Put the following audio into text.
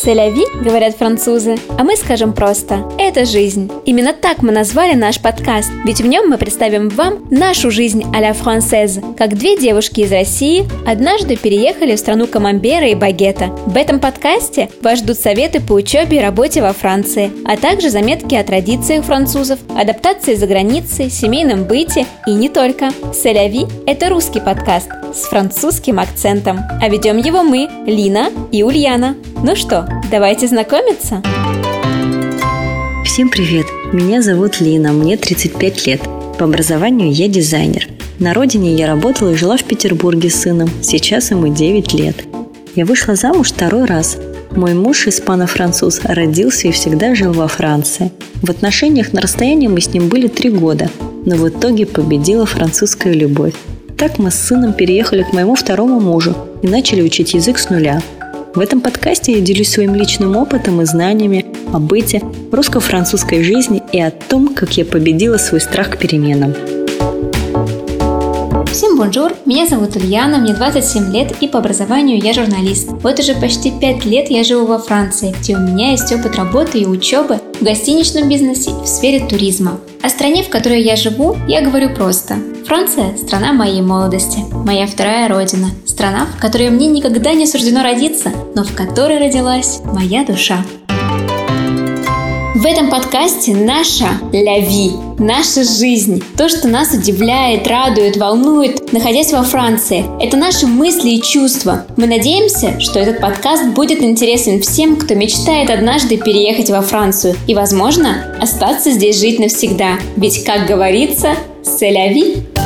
«C'est la vie», говорят французы, а мы скажем просто «это жизнь». Именно так мы назвали наш подкаст, ведь в нем мы представим вам нашу жизнь а ля франсез, как две девушки из России однажды переехали в страну камамбера и багета. В этом подкасте вас ждут советы по учебе и работе во Франции, а также заметки о традициях французов, адаптации за границей, семейном быте и не только. «C'est la vie» – это русский подкаст с французским акцентом, а ведем его мы, Лина и Ульяна. Ну что, давайте знакомиться. Всем привет! Меня зовут Лина, мне 35 лет. По образованию я дизайнер. На родине я работала и жила в Петербурге с сыном. Сейчас ему 9 лет. Я вышла замуж второй раз. Мой муж, испано-француз, родился и всегда жил во Франции. В отношениях на расстоянии мы с ним были 3 года, но в итоге победила французская любовь. Так мы с сыном переехали к моему второму мужу и начали учить язык с нуля. В этом подкасте я делюсь своим личным опытом и знаниями о быте, русско-французской жизни и о том, как я победила свой страх к переменам. Всем бонжур, меня зовут Ульяна, мне 27 лет и по образованию я журналист. Вот уже почти 5 лет я живу во Франции, где у меня есть опыт работы и учебы в гостиничном бизнесе и в сфере туризма. О стране, в которой я живу, я говорю просто. Франция – страна моей молодости, моя вторая родина, страна, в которой мне никогда не суждено родиться, но в которой родилась моя душа. В этом подкасте наша «la vie», наша жизнь, то, что нас удивляет, радует, волнует, находясь во Франции, это наши мысли и чувства. Мы надеемся, что этот подкаст будет интересен всем, кто мечтает однажды переехать во Францию и, возможно, остаться здесь жить навсегда. Ведь, как говорится, «c'est la vie».